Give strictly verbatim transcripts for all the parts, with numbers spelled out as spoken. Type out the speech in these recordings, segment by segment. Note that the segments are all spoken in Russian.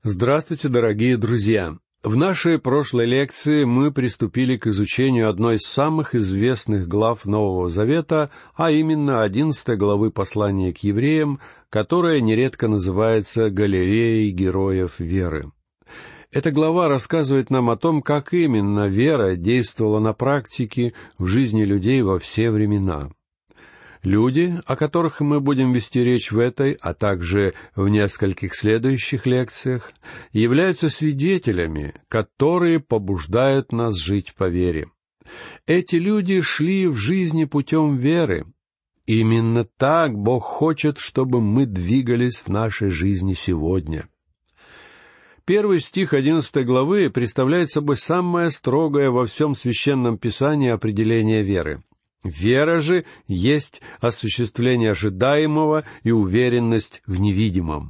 Здравствуйте, дорогие друзья! В нашей прошлой лекции мы приступили к изучению одной из самых известных глав Нового Завета, а именно одиннадцатой главы послания к евреям, которая нередко называется «Галереей героев веры». Эта глава рассказывает нам о том, как именно вера действовала на практике в жизни людей во все времена. Люди, о которых мы будем вести речь в этой, а также в нескольких следующих лекциях, являются свидетелями, которые побуждают нас жить по вере. Эти люди шли в жизни путем веры. Именно так Бог хочет, чтобы мы двигались в нашей жизни сегодня. Первый стих одиннадцатой главы представляет собой самое строгое во всем Священном Писании определение веры. Вера же есть осуществление ожидаемого и уверенность в невидимом.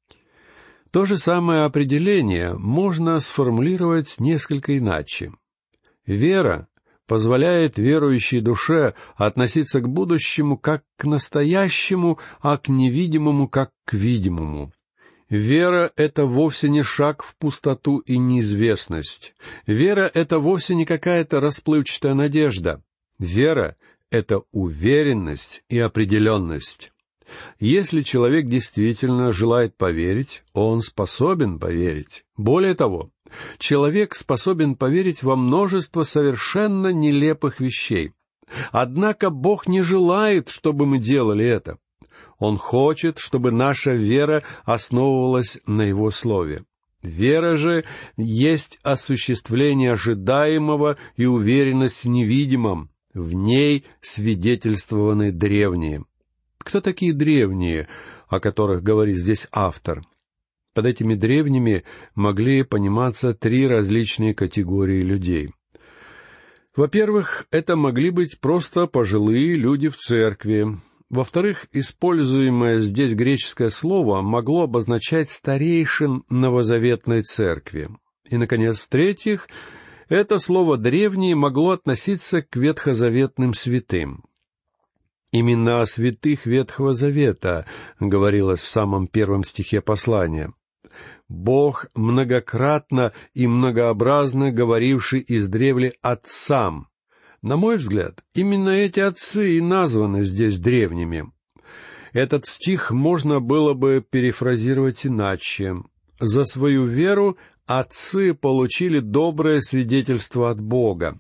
То же самое определение можно сформулировать несколько иначе. Вера позволяет верующей душе относиться к будущему как к настоящему, а к невидимому как к видимому. Вера — это вовсе не шаг в пустоту и неизвестность. Вера — это вовсе не какая-то расплывчатая надежда. Вера — это уверенность и определенность. Если человек действительно желает поверить, он способен поверить. Более того, человек способен поверить во множество совершенно нелепых вещей. Однако Бог не желает, чтобы мы делали это. Он хочет, чтобы наша вера основывалась на Его Слове. Вера же есть осуществление ожидаемого и уверенность в невидимом. В ней свидетельствованы древние. Кто такие древние, о которых говорит здесь автор? Под этими древними могли пониматься три различные категории людей. Во-первых, это могли быть просто пожилые люди в церкви. Во-вторых, используемое здесь греческое слово могло обозначать старейшин новозаветной церкви. И, наконец, в-третьих, это слово «древние» могло относиться к ветхозаветным святым. Именно о святых Ветхого Завета говорилось в самом первом стихе послания. «Бог, многократно и многообразно говоривший издревле отцам». На мой взгляд, именно эти отцы и названы здесь древними. Этот стих можно было бы перефразировать иначе. «За свою веру отцы получили доброе свидетельство от Бога».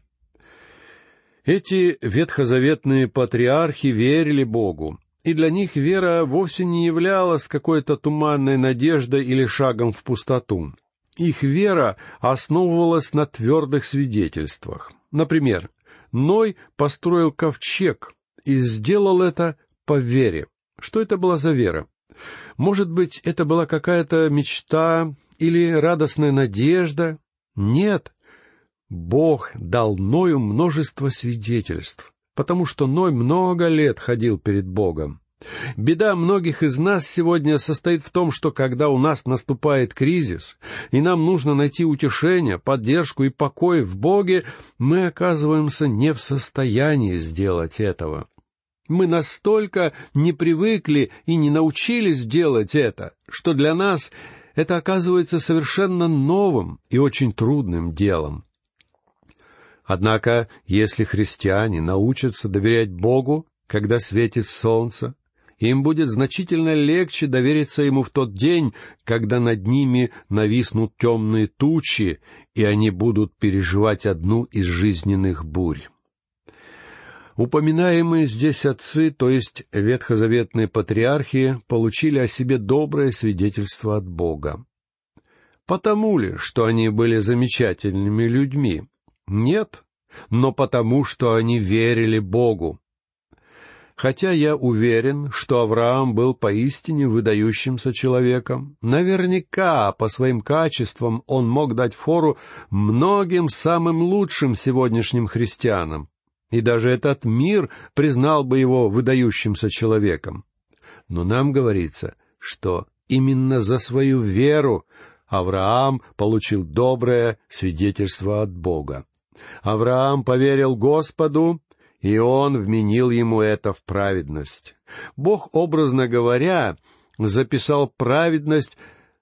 Эти ветхозаветные патриархи верили Богу, и для них вера вовсе не являлась какой-то туманной надеждой или шагом в пустоту. Их вера основывалась на твердых свидетельствах. Например, Ной построил ковчег и сделал это по вере. Что это была за вера? Может быть, это была какая-то мечта или радостная надежда? Нет. Бог дал Ною множество свидетельств, потому что Ной много лет ходил перед Богом. Беда многих из нас сегодня состоит в том, что когда у нас наступает кризис, и нам нужно найти утешение, поддержку и покой в Боге, мы оказываемся не в состоянии сделать этого. Мы настолько не привыкли и не научились делать это, что для нас это оказывается совершенно новым и очень трудным делом. Однако, если христиане научатся доверять Богу, когда светит солнце, им будет значительно легче довериться Ему в тот день, когда над ними нависнут темные тучи, и они будут переживать одну из жизненных бурь. Упоминаемые здесь отцы, то есть ветхозаветные патриархи, получили о себе доброе свидетельство от Бога. Потому ли, что они были замечательными людьми? Нет, но потому, что они верили Богу. Хотя я уверен, что Авраам был поистине выдающимся человеком, наверняка по своим качествам он мог дать фору многим самым лучшим сегодняшним христианам, и даже этот мир признал бы его выдающимся человеком. Но нам говорится, что именно за свою веру Авраам получил доброе свидетельство от Бога. Авраам поверил Господу, и Он вменил ему это в праведность. Бог, образно говоря, записал праведность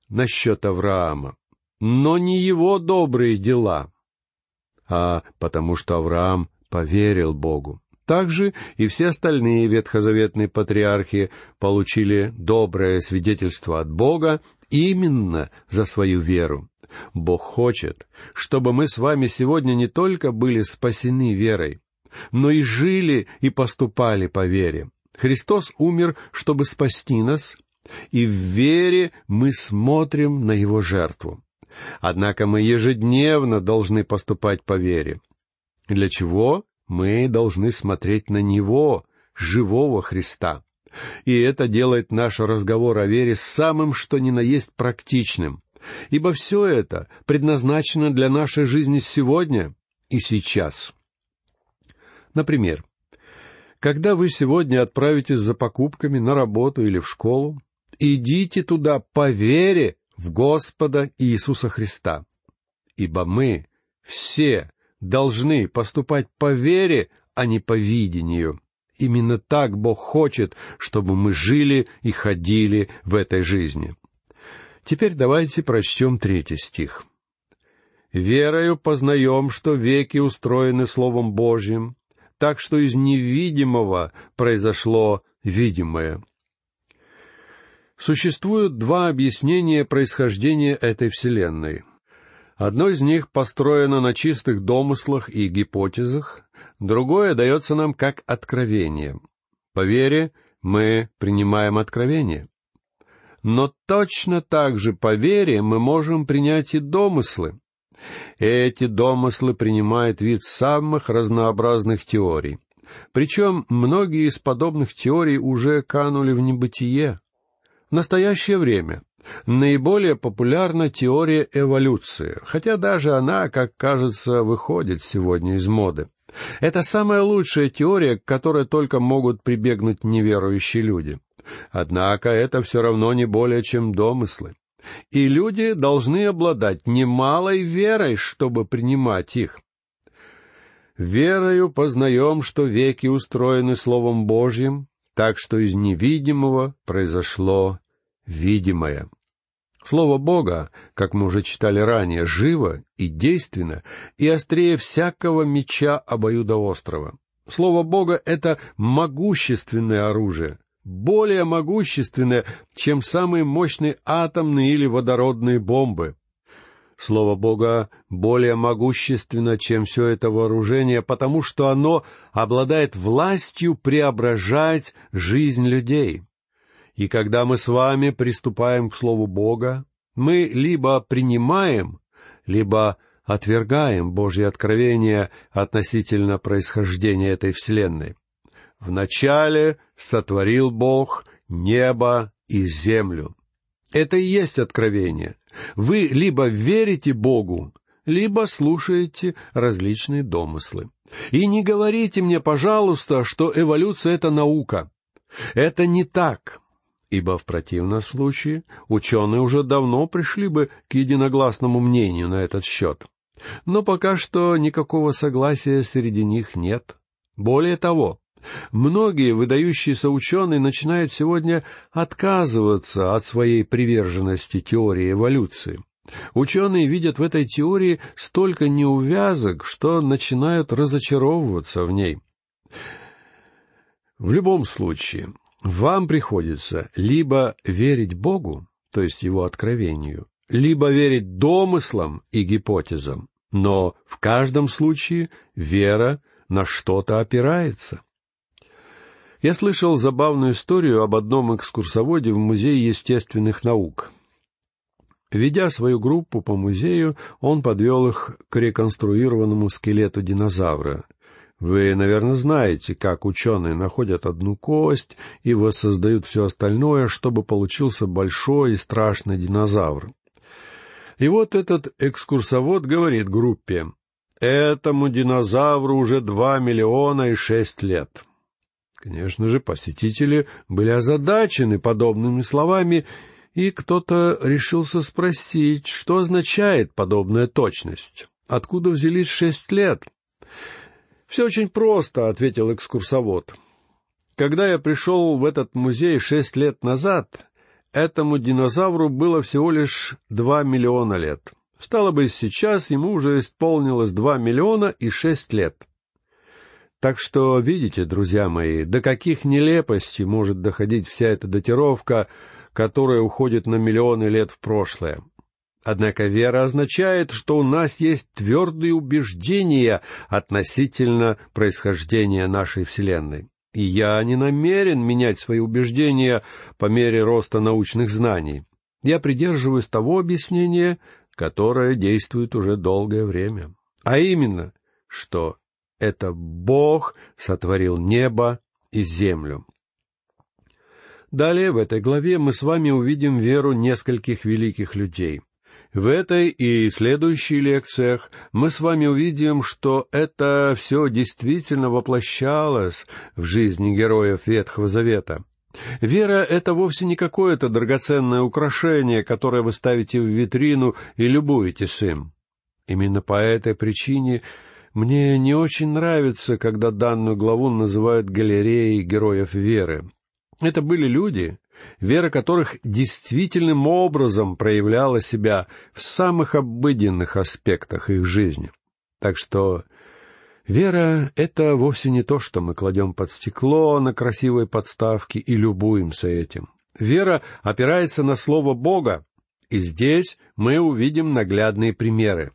насчет Авраама, но не его добрые дела, а потому что Авраам поверил Богу. Также и все остальные ветхозаветные патриархи получили доброе свидетельство от Бога именно за свою веру. Бог хочет, чтобы мы с вами сегодня не только были спасены верой, но и жили и поступали по вере. Христос умер, чтобы спасти нас, и в вере мы смотрим на Его жертву. Однако мы ежедневно должны поступать по вере. Для чего? Мы должны смотреть на Него, живого Христа. И это делает наш разговор о вере самым что ни на есть практичным, ибо все это предназначено для нашей жизни сегодня и сейчас. Например, когда вы сегодня отправитесь за покупками на работу или в школу, идите туда по вере в Господа Иисуса Христа, ибо мы все должны поступать по вере, а не по видению. Именно так Бог хочет, чтобы мы жили и ходили в этой жизни. Теперь давайте прочтем третий стих. «Верою познаем, что веки устроены Словом Божьим, так что из невидимого произошло видимое». Существуют два объяснения происхождения этой вселенной. Одно из них построено на чистых домыслах и гипотезах, другое дается нам как откровение. По вере мы принимаем откровение. Но точно так же по вере мы можем принять и домыслы. Эти домыслы принимают вид самых разнообразных теорий. Причем многие из подобных теорий уже канули в небытие. В настоящее время наиболее популярна теория эволюции, хотя даже она, как кажется, выходит сегодня из моды. Это самая лучшая теория, к которой только могут прибегнуть неверующие люди. Однако это все равно не более чем домыслы. И люди должны обладать немалой верой, чтобы принимать их. «Верою познаем, что веки устроены Словом Божьим, так что из невидимого произошло видимое». Слово Бога, как мы уже читали ранее, живо и действенно, и острее всякого меча обоюдоострого. Слово Бога — это могущественное оружие, более могущественное, чем самые мощные атомные или водородные бомбы. Слово Бога более могущественно, чем все это вооружение, потому что оно обладает властью преображать жизнь людей. И когда мы с вами приступаем к Слову Бога, мы либо принимаем, либо отвергаем Божье откровение относительно происхождения этой вселенной. «Вначале сотворил Бог небо и землю». Это и есть откровение. Вы либо верите Богу, либо слушаете различные домыслы. И не говорите мне, пожалуйста, что эволюция — это наука. Это не так. Ибо в противном случае ученые уже давно пришли бы к единогласному мнению на этот счет. Но пока что никакого согласия среди них нет. Более того, многие выдающиеся ученые начинают сегодня отказываться от своей приверженности теории эволюции. Ученые видят в этой теории столько неувязок, что начинают разочаровываться в ней. В любом случае, вам приходится либо верить Богу, то есть Его откровению, либо верить домыслам и гипотезам, но в каждом случае вера на что-то опирается. Я слышал забавную историю об одном экскурсоводе в Музее естественных наук. Ведя свою группу по музею, он подвел их к реконструированному скелету динозавра. Вы, наверное, знаете, как ученые находят одну кость и воссоздают все остальное, чтобы получился большой и страшный динозавр. И вот этот экскурсовод говорит группе: «Этому динозавру уже два миллиона и шесть лет». Конечно же, посетители были озадачены подобными словами, и кто-то решился спросить, что означает подобная точность, откуда взялись шесть лет. «Все очень просто», — ответил экскурсовод. «Когда я пришел в этот музей шесть лет назад, этому динозавру было всего лишь два миллиона лет. Стало быть, сейчас ему уже исполнилось два миллиона и шесть лет. Так что, видите, друзья мои, до каких нелепостей может доходить вся эта датировка, которая уходит на миллионы лет в прошлое. Однако вера означает, что у нас есть твердые убеждения относительно происхождения нашей Вселенной. И я не намерен менять свои убеждения по мере роста научных знаний. Я придерживаюсь того объяснения, которое действует уже долгое время. А именно, что это Бог сотворил небо и землю. Далее в этой главе мы с вами увидим веру нескольких великих людей. В этой и следующих лекциях мы с вами увидим, что это все действительно воплощалось в жизни героев Ветхого Завета. Вера — это вовсе не какое-то драгоценное украшение, которое вы ставите в витрину и любуетесь им. Именно по этой причине мне не очень нравится, когда данную главу называют галереей героев веры. Это были люди, вера которых действительным образом проявляла себя в самых обыденных аспектах их жизни. Так что вера — это вовсе не то, что мы кладем под стекло на красивой подставке и любуемся этим. Вера опирается на Слово Бога, и здесь мы увидим наглядные примеры.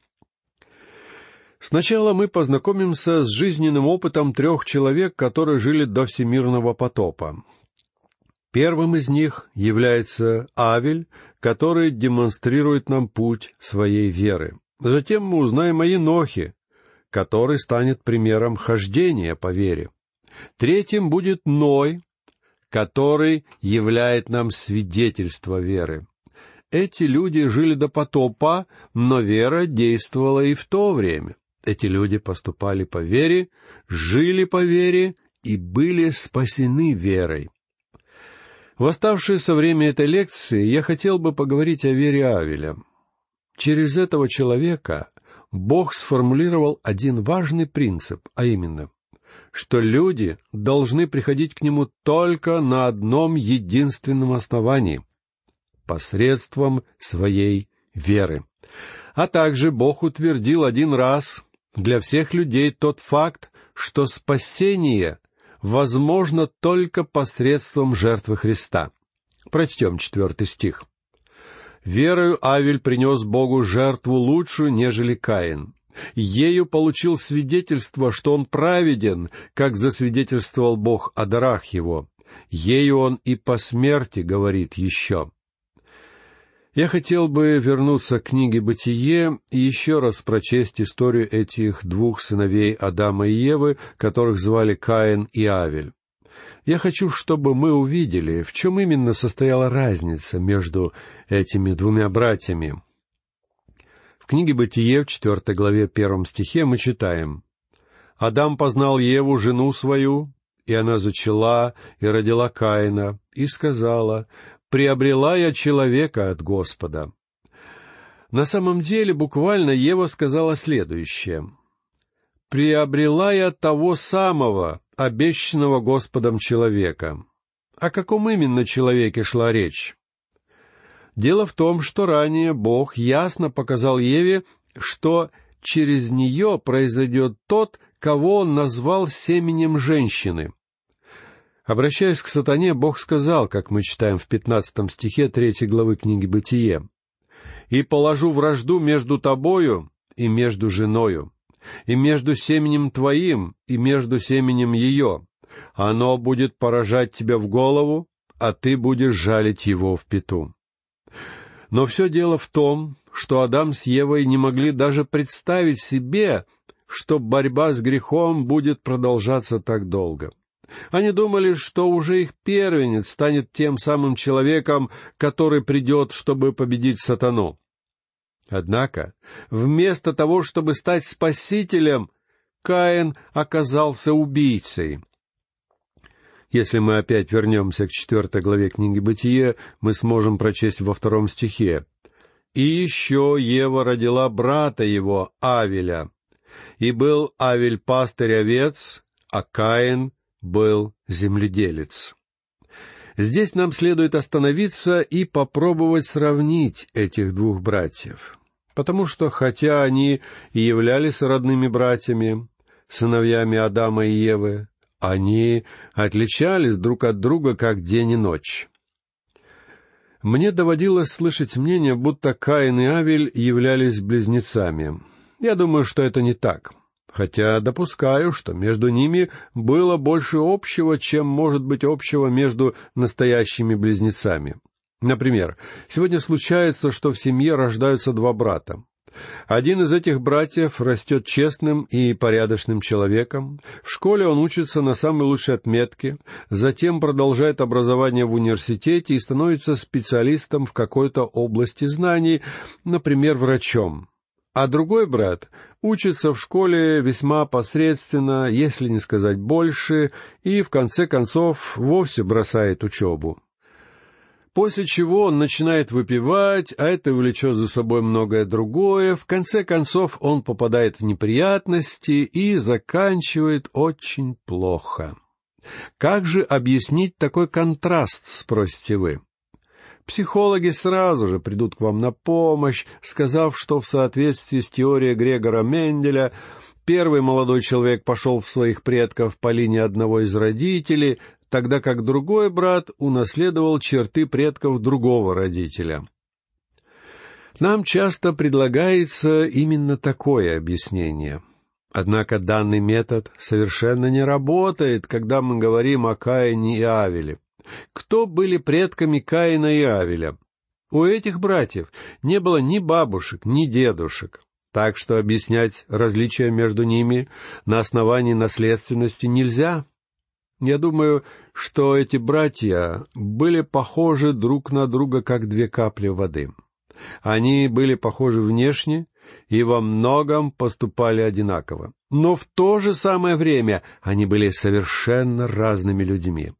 Сначала мы познакомимся с жизненным опытом трех человек, которые жили до всемирного потопа. Первым из них является Авель, который демонстрирует нам путь своей веры. Затем мы узнаем о Енохе, который станет примером хождения по вере. Третьим будет Ной, который являет нам свидетельство веры. Эти люди жили до потопа, но вера действовала и в то время. Эти люди поступали по вере, жили по вере и были спасены верой. В оставшееся время этой лекции я хотел бы поговорить о вере Авеля. Через этого человека Бог сформулировал один важный принцип, а именно, что люди должны приходить к Нему только на одном единственном основании — посредством своей веры. А также Бог утвердил один раз для всех людей тот факт, что спасение возможно только посредством жертвы Христа. Прочтем четвертый стих. «Верою Авель принес Богу жертву лучшую, нежели Каин. Ею получил свидетельство, что он праведен, как засвидетельствовал Бог о дарах его. Ею он и по смерти говорит еще». Я хотел бы вернуться к книге «Бытие» и еще раз прочесть историю этих двух сыновей Адама и Евы, которых звали Каин и Авель. Я хочу, чтобы мы увидели, в чем именно состояла разница между этими двумя братьями. В книге «Бытие» в четвёртой главе первом стихе мы читаем: «Адам познал Еву, жену свою, и она зачала и родила Каина, и сказала: приобрела я человека от Господа». На самом деле, буквально Ева сказала следующее: «Приобрела я того самого, обещанного Господом человека». О каком именно человеке шла речь? Дело в том, что ранее Бог ясно показал Еве, что через нее произойдет тот, кого Он назвал семенем женщины. Обращаясь к сатане, Бог сказал, как мы читаем в пятнадцатом стихе третьей главы книги «Бытие», «И положу вражду между тобою и между женою, и между семенем твоим и между семенем ее. Оно будет поражать тебя в голову, а ты будешь жалить его в пяту». Но все дело в том, что Адам с Евой не могли даже представить себе, что борьба с грехом будет продолжаться так долго. Они думали, что уже их первенец станет тем самым человеком, который придет, чтобы победить сатану. Однако, вместо того, чтобы стать спасителем, Каин оказался убийцей. Если мы опять вернемся к четвертой главе книги «Бытие», мы сможем прочесть во втором стихе: «И еще Ева родила брата его, Авеля. И был Авель пастырь овец, а Каин был земледелец». Здесь нам следует остановиться и попробовать сравнить этих двух братьев, потому что, хотя они и являлись родными братьями, сыновьями Адама и Евы, они отличались друг от друга как день и ночь. Мне доводилось слышать мнение, будто Каин и Авель являлись близнецами. Я думаю, что это не так, хотя допускаю, что между ними было больше общего, чем может быть общего между настоящими близнецами. Например, сегодня случается, что в семье рождаются два брата. Один из этих братьев растет честным и порядочным человеком, в школе он учится на самой лучшей отметке, затем продолжает образование в университете и становится специалистом в какой-то области знаний, например, врачом. А другой брат учится в школе весьма посредственно, если не сказать больше, и, в конце концов, вовсе бросает учебу. После чего он начинает выпивать, а это влечет за собой многое другое. В конце концов, он попадает в неприятности и заканчивает очень плохо. Как же объяснить такой контраст, спросите вы? Психологи сразу же придут к вам на помощь, сказав, что в соответствии с теорией Грегора Менделя первый молодой человек пошел в своих предков по линии одного из родителей, тогда как другой брат унаследовал черты предков другого родителя. Нам часто предлагается именно такое объяснение. Однако данный метод совершенно не работает, когда мы говорим о Каине и Авеле. Кто были предками Каина и Авеля? У этих братьев не было ни бабушек, ни дедушек, так что объяснять различия между ними на основании наследственности нельзя. Я думаю, что эти братья были похожи друг на друга, как две капли воды. Они были похожи внешне и во многом поступали одинаково. Но в то же самое время они были совершенно разными людьми.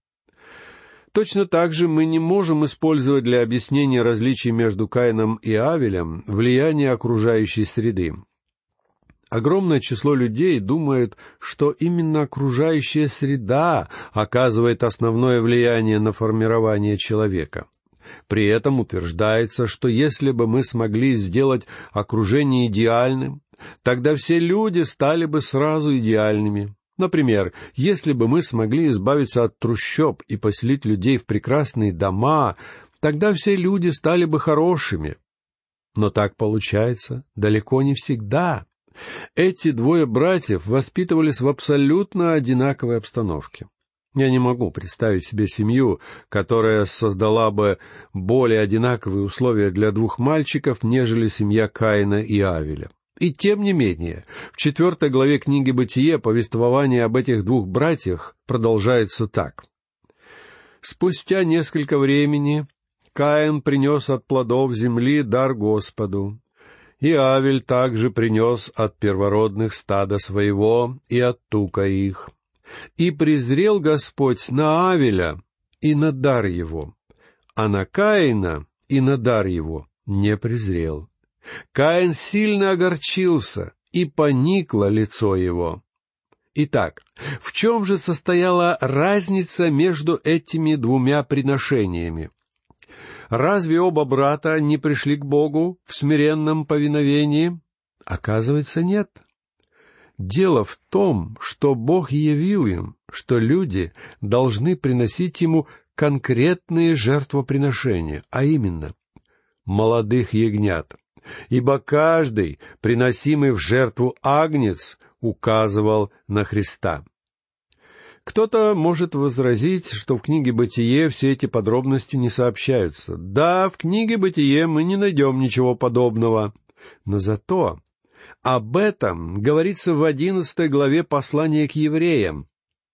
Точно так же мы не можем использовать для объяснения различий между Каином и Авелем влияние окружающей среды. Огромное число людей думает, что именно окружающая среда оказывает основное влияние на формирование человека. При этом утверждается, что если бы мы смогли сделать окружение идеальным, тогда все люди стали бы сразу идеальными. Например, если бы мы смогли избавиться от трущоб и поселить людей в прекрасные дома, тогда все люди стали бы хорошими. Но так получается далеко не всегда. Эти двое братьев воспитывались в абсолютно одинаковой обстановке. Я не могу представить себе семью, которая создала бы более одинаковые условия для двух мальчиков, нежели семья Каина и Авеля. И тем не менее, в четвертой главе книги «Бытие» повествование об этих двух братьях продолжается так. «Спустя несколько времени Каин принес от плодов земли дар Господу, и Авель также принес от первородных стада своего и от тука их. И презрел Господь на Авеля и на дар его, а на Каина и на дар его не презрел. Каин сильно огорчился, и поникло лицо его». Итак, в чем же состояла разница между этими двумя приношениями? Разве оба брата не пришли к Богу в смиренном повиновении? Оказывается, нет. Дело в том, что Бог явил им, что люди должны приносить Ему конкретные жертвоприношения, а именно молодых ягнят, ибо каждый, приносимый в жертву агнец, указывал на Христа. Кто-то может возразить, что в книге «Бытие» все эти подробности не сообщаются. Да, в книге «Бытие» мы не найдем ничего подобного. Но зато об этом говорится в одиннадцатой главе послания к евреям.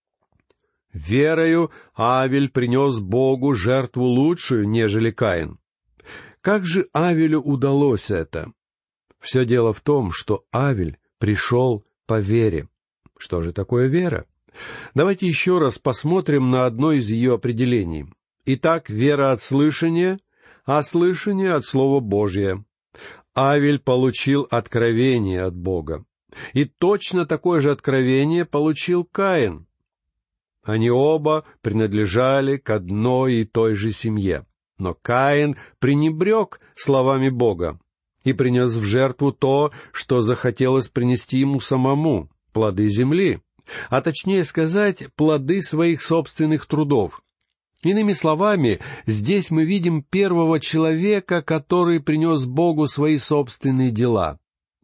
«Верою Авель принес Богу жертву лучшую, нежели Каин». Как же Авелю удалось это? Все дело в том, что Авель пришел по вере. Что же такое вера? Давайте еще раз посмотрим на одно из ее определений. Итак, вера от слышания, а слышание от Слова Божия. Авель получил откровение от Бога. И точно такое же откровение получил Каин. Они оба принадлежали к одной и той же семье. Но Каин пренебрег словами Бога и принес в жертву то, что захотелось принести ему самому — плоды земли, а точнее сказать, плоды своих собственных трудов. Иными словами, здесь мы видим первого человека, который принес Богу свои собственные дела.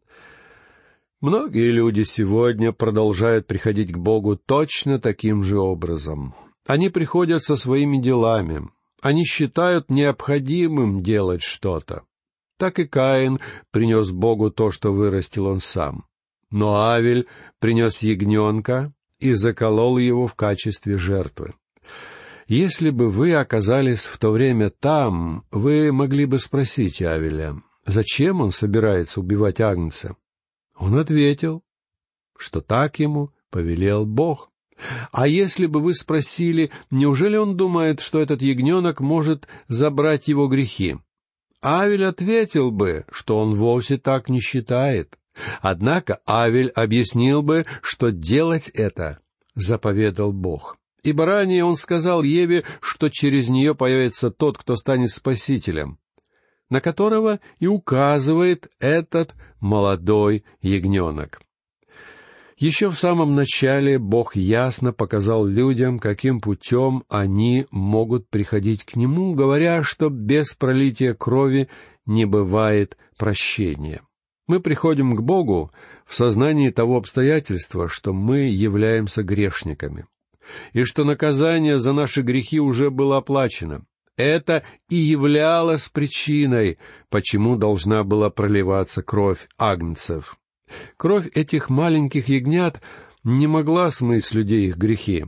Многие люди сегодня продолжают приходить к Богу точно таким же образом. Они приходят со своими делами. Они считают необходимым делать что-то. Так и Каин принес Богу то, что вырастил он сам. Но Авель принес ягненка и заколол его в качестве жертвы. Если бы вы оказались в то время там, вы могли бы спросить Авеля, зачем он собирается убивать агнца? Он ответил, что так ему повелел Бог. А если бы вы спросили, неужели он думает, что этот ягненок может забрать его грехи? Авель ответил бы, что он вовсе так не считает. Однако Авель объяснил бы, что делать это заповедал Бог. Ибо ранее он сказал Еве, что через нее появится тот, кто станет спасителем, на которого и указывает этот молодой ягненок. Еще в самом начале Бог ясно показал людям, каким путем они могут приходить к Нему, говоря, что без пролития крови не бывает прощения. Мы приходим к Богу в сознании того обстоятельства, что мы являемся грешниками, и что наказание за наши грехи уже было оплачено. Это и являлось причиной, почему должна была проливаться кровь агнцев. Кровь этих маленьких ягнят не могла смыть с людей их грехи.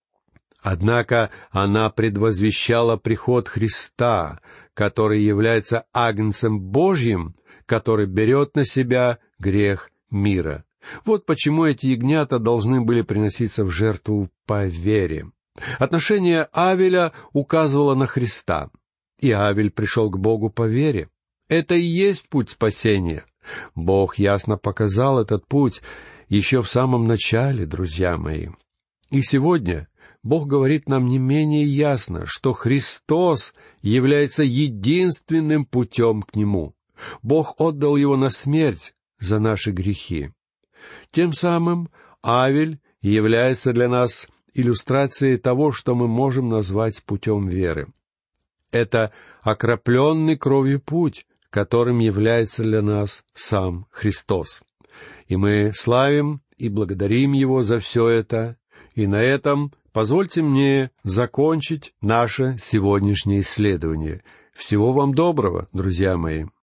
Однако она предвозвещала приход Христа, который является агнцем Божьим, который берет на себя грех мира. Вот почему эти ягнята должны были приноситься в жертву по вере. Отношение Авеля указывало на Христа, и Авель пришел к Богу по вере. Это и есть путь спасения. Бог ясно показал этот путь еще в самом начале, друзья мои. И сегодня Бог говорит нам не менее ясно, что Христос является единственным путем к Нему. Бог отдал Его на смерть за наши грехи. Тем самым Авель является для нас иллюстрацией того, что мы можем назвать путем веры. Это окропленный кровью путь, которым является для нас сам Христос. И мы славим и благодарим Его за все это. И на этом позвольте мне закончить наше сегодняшнее исследование. Всего вам доброго, друзья мои.